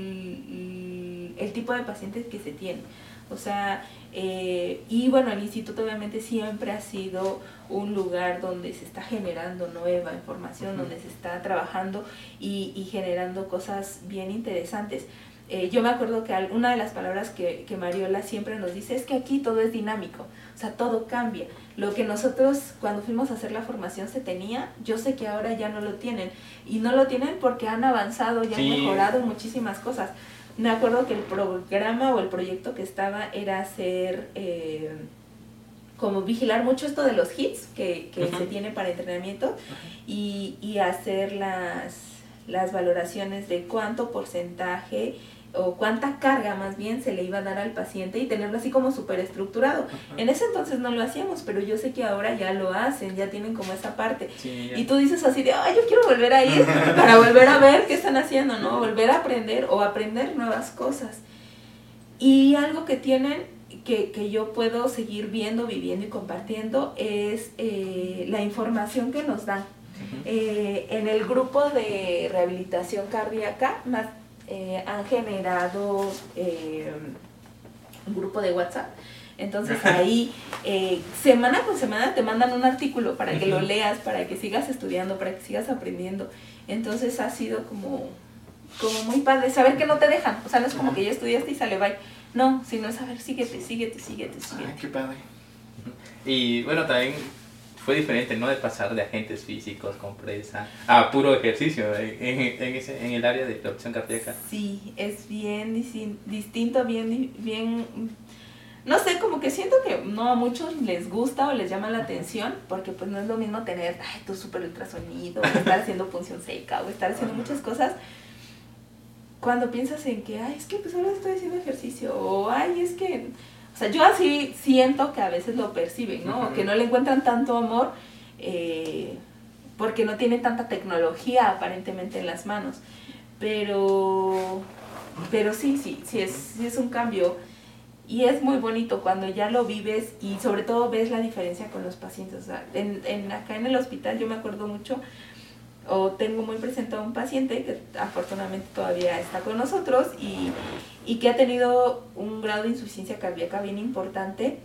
el, el tipo de pacientes que se tienen, o sea, eh, y bueno, el instituto obviamente siempre ha sido un lugar donde se está generando nueva información, uh-huh. donde se está trabajando y, y generando cosas bien interesantes. Eh, yo me acuerdo que una de las palabras que, que Mariola siempre nos dice es que aquí todo es dinámico, o sea, todo cambia. Lo que nosotros cuando fuimos a hacer la formación se tenía, yo sé que ahora ya no lo tienen, y no lo tienen porque han avanzado y sí. han mejorado muchísimas cosas. Me acuerdo que el programa o el proyecto que estaba era hacer, eh, como vigilar mucho esto de los hits que, que uh-huh. se tiene para entrenamiento uh-huh. y, y hacer las, las valoraciones de cuánto porcentaje o cuánta carga más bien se le iba a dar al paciente y tenerlo así como súper estructurado. Uh-huh. En ese entonces no lo hacíamos, pero yo sé que ahora ya lo hacen, ya tienen como esa parte. Sí, y tú dices así de, ay, yo quiero volver a ir para volver a ver qué están haciendo, ¿no? Volver a aprender o aprender nuevas cosas. Y algo que tienen, que, que yo puedo seguir viendo, viviendo y compartiendo, es eh, la información que nos dan. Uh-huh. Eh, en el grupo de rehabilitación cardíaca, más Eh, han generado eh, un grupo de WhatsApp, entonces ahí eh, semana con semana te mandan un artículo para que lo leas, para que sigas estudiando, para que sigas aprendiendo. Entonces ha sido como, como muy padre saber que no te dejan, o sea, no es como que ya estudiaste y sale bye, no, sino es a ver, síguete, síguete, síguete, síguete. Ay, qué padre. Y bueno, también fue diferente, ¿no? De pasar de agentes físicos, compresa, a puro ejercicio en, en, ese, en el área de reducción cardíaca. Sí, es bien distinto, bien, bien, no sé, como que siento que no a muchos les gusta o les llama la atención, porque pues no es lo mismo tener, ay, tu super ultrasonido, o estar haciendo punción seca, o estar haciendo muchas cosas, cuando piensas en que, ay, es que pues ahora estoy haciendo ejercicio, o ay, es que... O sea, yo así siento que a veces lo perciben, ¿no? Uh-huh. Que no le encuentran tanto amor eh, porque no tiene tanta tecnología aparentemente en las manos. Pero, pero sí, sí, sí es, sí es un cambio. Y es muy bonito cuando ya lo vives y sobre todo ves la diferencia con los pacientes. O sea, en, en, acá en el hospital yo me acuerdo mucho, o tengo muy presente a un paciente que afortunadamente todavía está con nosotros y, y que ha tenido un grado de insuficiencia cardíaca bien importante.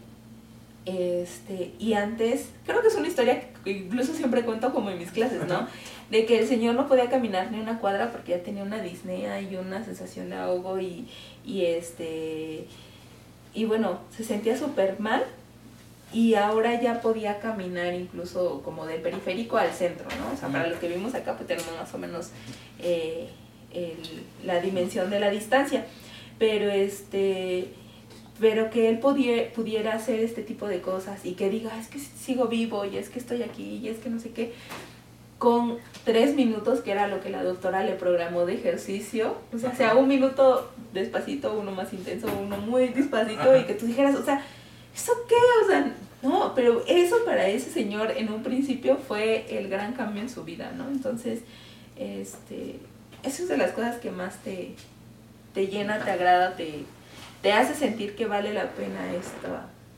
Este, y antes, creo que es una historia que incluso siempre cuento como en mis clases, ¿no? De que el señor no podía caminar ni una cuadra porque ya tenía una disnea y una sensación de ahogo y, y este, y bueno, se sentía súper mal. Y ahora ya podía caminar incluso como del periférico al centro, ¿no? O sea, para los que vivimos acá pues tenemos más o menos eh, el, la dimensión de la distancia. Pero este pero que él pudiera, pudiera hacer este tipo de cosas y que diga, es que sigo vivo y es que estoy aquí y es que no sé qué, con tres minutos, que era lo que la doctora le programó de ejercicio, o sea, sea un minuto despacito, uno más intenso, uno muy despacito, y que tú dijeras, o sea, ¿eso qué? O sea, no, pero eso para ese señor en un principio fue el gran cambio en su vida, ¿no? Entonces, este, eso es de las cosas que más te, te llena, te agrada, te, te hace sentir que vale la pena esta,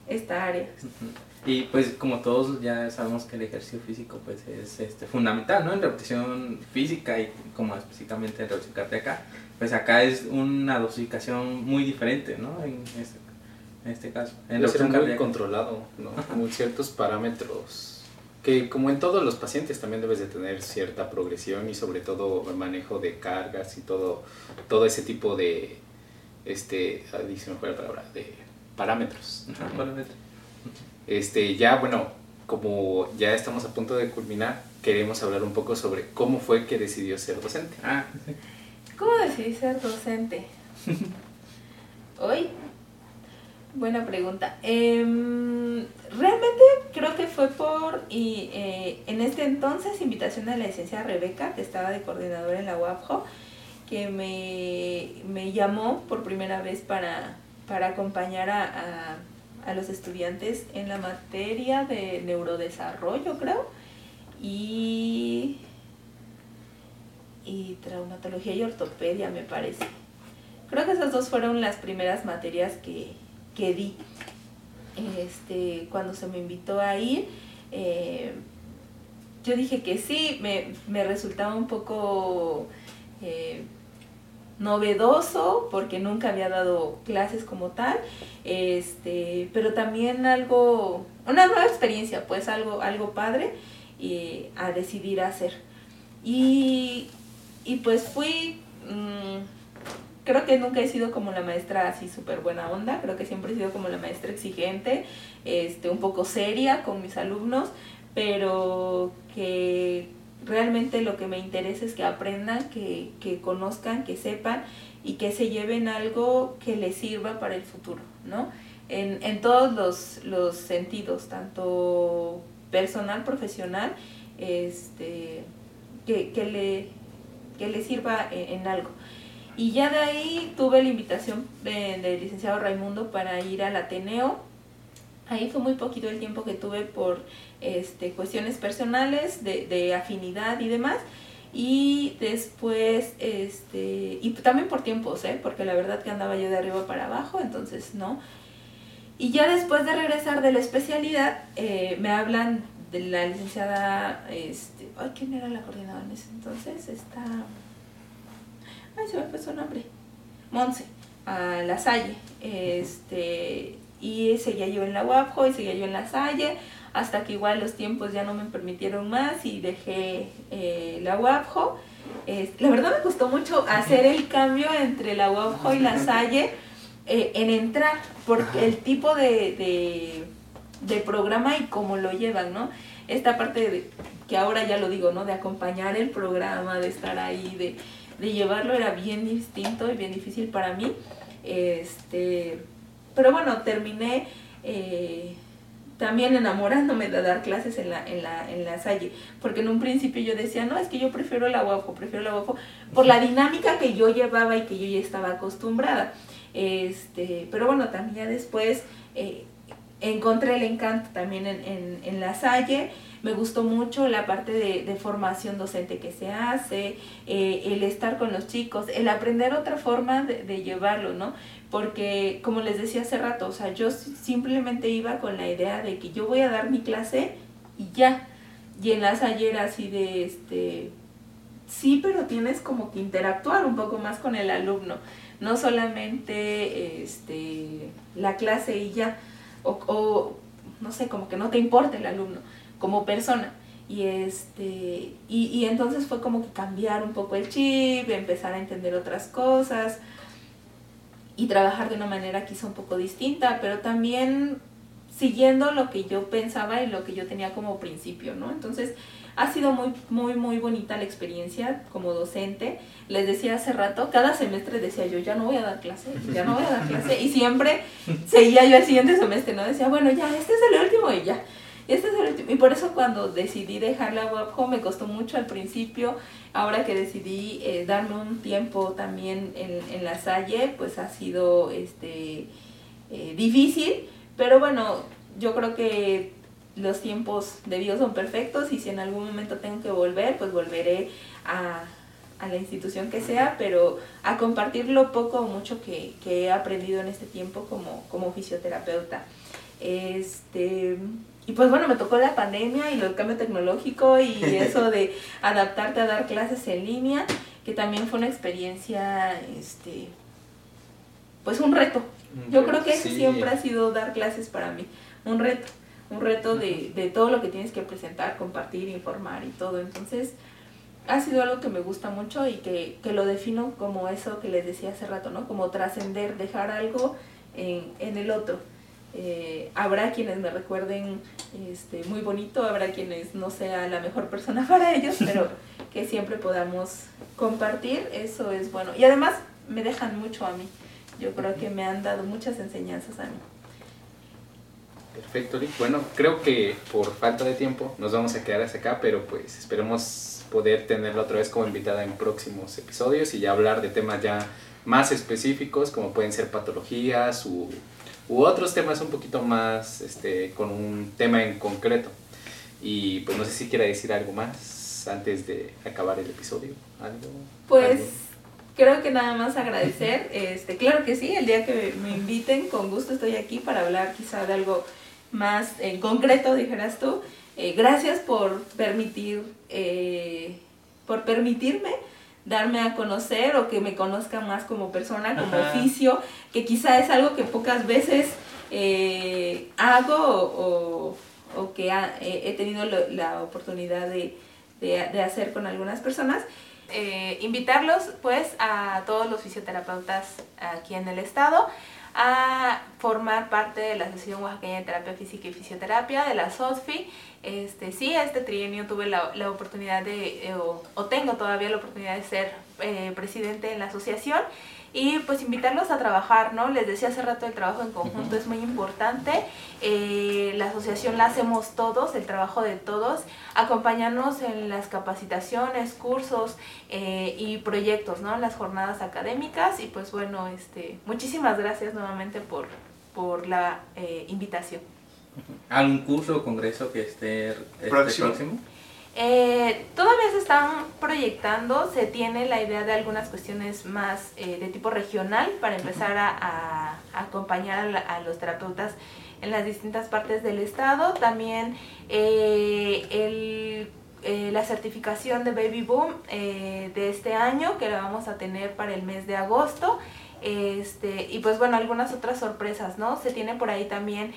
esta área. Y pues como todos ya sabemos que el ejercicio físico pues es este, fundamental, ¿no? En rehabilitación física y como específicamente en rehabilitación cardíaca, pues acá es una dosificación muy diferente, ¿no? En este, en este caso. En Debe ser muy cardíaca. controlado, ¿no? Como ciertos parámetros que como en todos los pacientes también debes de tener cierta progresión y sobre todo el manejo de cargas y todo, todo ese tipo de, este, ahí se me fue la palabra, de parámetros. Ajá, parámetros. Este, ya, bueno, como ya estamos a punto de culminar, queremos hablar un poco sobre cómo fue que decidió ser docente. Ah, sí. ¿Cómo decidí ser docente? Hoy, buena pregunta. Eh, realmente creo que fue por, y, eh, en este entonces, invitación de la licenciada Rebeca, que estaba de coordinadora en la U A P J O, que me, me llamó por primera vez para, para acompañar a... a a los estudiantes en la materia de neurodesarrollo, creo, y, y traumatología y ortopedia, me parece. Creo que esas dos fueron las primeras materias que, que di. Este, cuando se me invitó a ir, eh, yo dije que sí, me, me resultaba un poco... Eh, novedoso porque nunca había dado clases como tal, este, pero también algo, una nueva experiencia, pues algo, algo padre y a decidir hacer. Y, y pues fui, mmm, creo que nunca he sido como la maestra así súper buena onda, creo que siempre he sido como la maestra exigente, este, un poco seria con mis alumnos, pero que realmente lo que me interesa es que aprendan, que, que conozcan, que sepan y que se lleven algo que les sirva para el futuro, ¿no? En, en todos los, los sentidos, tanto personal, profesional, este, que, que, le, que le sirva en, en algo. Y ya de ahí tuve la invitación de, del licenciado Raimundo para ir al Ateneo. Ahí fue muy poquito el tiempo que tuve por este, cuestiones personales, de, de afinidad y demás. Y después, este, y también por tiempos, ¿eh? Porque la verdad que andaba yo de arriba para abajo, entonces no. Y ya después de regresar de la especialidad, eh, me hablan de la licenciada, este, ay, ¿quién era la coordinadora en ese entonces? Está, ay, se me fue su nombre, Monse, a La Salle, este... y seguía yo en la U A P J O y seguía yo en La Salle, hasta que igual los tiempos ya no me permitieron más y dejé eh, la U A P J O. Eh, la verdad me costó mucho hacer el cambio entre la U A P J O y La Salle eh, en entrar, porque el tipo de, de, de programa y cómo lo llevan, ¿no? Esta parte de, que ahora ya lo digo, ¿no? De acompañar el programa, de estar ahí, de, de llevarlo era bien distinto y bien difícil para mí. Este... Pero bueno, terminé eh, también enamorándome de dar clases en la, en, la, en la Salle, porque en un principio yo decía, no, es que yo prefiero la U A P J O, prefiero la U A P J O, por la dinámica que yo llevaba y que yo ya estaba acostumbrada. Este, pero bueno, también ya después eh, encontré el encanto también en, en, en la Salle. Me gustó mucho la parte de, de formación docente que se hace, eh, el estar con los chicos, el aprender otra forma de, de llevarlo, ¿no? Porque, como les decía hace rato, o sea, yo simplemente iba con la idea de que yo voy a dar mi clase y ya. Y en la Salle era así de, este, sí, pero tienes como que interactuar un poco más con el alumno. No solamente este, la clase y ya, o, o no sé, como que no te importa el alumno como persona. Y, este, y, y entonces fue como que cambiar un poco el chip, empezar a entender otras cosas y trabajar de una manera quizá un poco distinta, pero también siguiendo lo que yo pensaba y lo que yo tenía como principio, ¿no? Entonces ha sido muy, muy, muy bonita la experiencia como docente. Les decía hace rato, cada semestre decía yo, ya no voy a dar clase, ya no voy a dar clase, y siempre seguía yo al siguiente semestre, ¿no? Decía, bueno, ya, este es el último y ya. Este es el último. Y por eso cuando decidí dejar la U A P J O me costó mucho al principio. Ahora que decidí eh, darme un tiempo también en, en la Salle, pues ha sido este eh, difícil, pero bueno, yo creo que los tiempos de Dios son perfectos y si en algún momento tengo que volver, pues volveré a, a la institución que sea, pero a compartir lo poco o mucho que, que he aprendido en este tiempo como, como fisioterapeuta. Este, y pues bueno, me tocó la pandemia y el cambio tecnológico y eso de adaptarte a dar clases en línea, que también fue una experiencia, este, pues un reto. Yo creo que ese Sí. siempre ha sido dar clases para mí, un reto, un reto de, de todo lo que tienes que presentar, compartir, informar y todo. Entonces, ha sido algo que me gusta mucho y que, que lo defino como eso que les decía hace rato, ¿no? Como trascender, dejar algo en, en el otro. Eh, habrá quienes me recuerden este, muy bonito, habrá quienes no sea la mejor persona para ellos, pero que siempre podamos compartir, eso es bueno. Y además me dejan mucho a mí. Yo creo que me han dado muchas enseñanzas a mí. Perfecto, Lick. Bueno, creo que por falta de tiempo nos vamos a quedar hasta acá, pero pues esperemos poder tenerla otra vez como invitada en próximos episodios y ya hablar de temas ya más específicos, como pueden ser patologías u, u otros temas un poquito más este, con un tema en concreto. Y pues no sé si quiera decir algo más antes de acabar el episodio. ¿Algo? Pues... ¿Algo? Creo que nada más agradecer, este, claro que sí, el día que me inviten, con gusto estoy aquí para hablar quizá de algo más en concreto, dijeras tú. Eh, gracias por permitir, eh, por permitirme darme a conocer o que me conozcan más como persona, como Ajá. oficio, que quizá es algo que pocas veces eh, hago o, o, o que ha, eh, he tenido lo, la oportunidad de, de, de hacer con algunas personas. Eh, invitarlos pues a todos los fisioterapeutas aquí en el estado a formar parte de la Asociación Oaxaqueña de Terapia Física y Fisioterapia, de la S O T F I. Este, sí, este trienio tuve la, la oportunidad de, eh, o, o tengo todavía la oportunidad de ser eh, presidente en la asociación y pues invitarlos a trabajar, ¿no? Les decía hace rato, el trabajo en conjunto uh-huh. es muy importante. Eh, la asociación la hacemos todos, el trabajo de todos, acompañarnos en las capacitaciones, cursos eh, y proyectos, ¿no? Las jornadas académicas y pues bueno, este, muchísimas gracias nuevamente por, por la eh, invitación. ¿Algún curso o congreso que esté este próximo? próximo? Eh, todavía se están proyectando, se tiene la idea de algunas cuestiones más eh, de tipo regional para empezar a, a, a acompañar a, la, a los terapeutas en las distintas partes del estado. También eh, el, eh, la certificación de Baby Boom eh, de este año, que la vamos a tener para el mes de agosto. Este, y pues bueno, algunas otras sorpresas, ¿no? Se tiene por ahí también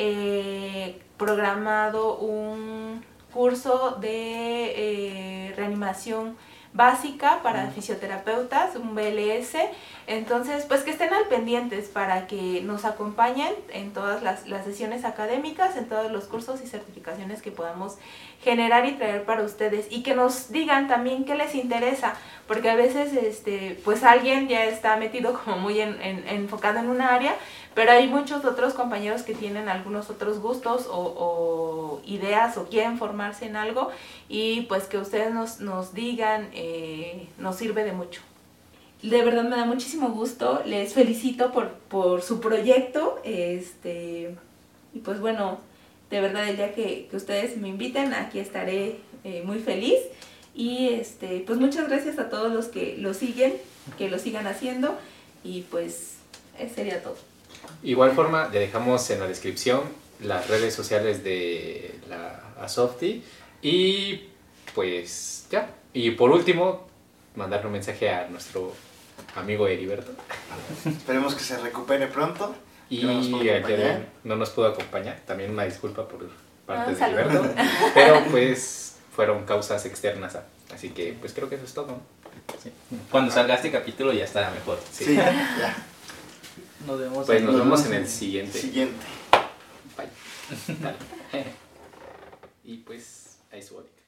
eh, programado un curso de eh, reanimación básica para fisioterapeutas, un B L S. Entonces, pues que estén al pendientes para que nos acompañen en todas las, las sesiones académicas, en todos los cursos y certificaciones que podamos generar y traer para ustedes, y que nos digan también qué les interesa, porque a veces este pues alguien ya está metido como muy en, en, enfocado en una área, pero hay muchos otros compañeros que tienen algunos otros gustos o, o ideas o quieren formarse en algo, y pues que ustedes nos, nos digan, eh, nos sirve de mucho. De verdad me da muchísimo gusto, les felicito por, por su proyecto, este y pues bueno, de verdad el día que, que ustedes me inviten, aquí estaré eh, muy feliz. Y este pues muchas gracias a todos los que lo siguen, que lo sigan haciendo, y pues eso sería todo. Igual forma, le dejamos en la descripción las redes sociales de la A S O F T I y pues ya. Y por último, mandarle un mensaje a nuestro amigo Heriberto. Esperemos que se recupere pronto. Y que no nos pudo al que de- acompañar. no nos pudo acompañar. También una disculpa por parte Ah, de saludos. Heriberto. Pero pues fueron causas externas. a- Así que pues creo que eso es todo. Sí. Cuando salga este capítulo ya estará mejor. Sí. Sí, ya. Nos vemos. Pues en- nos vemos en el siguiente. Siguiente. Bye. Dale. Y pues ahí subo.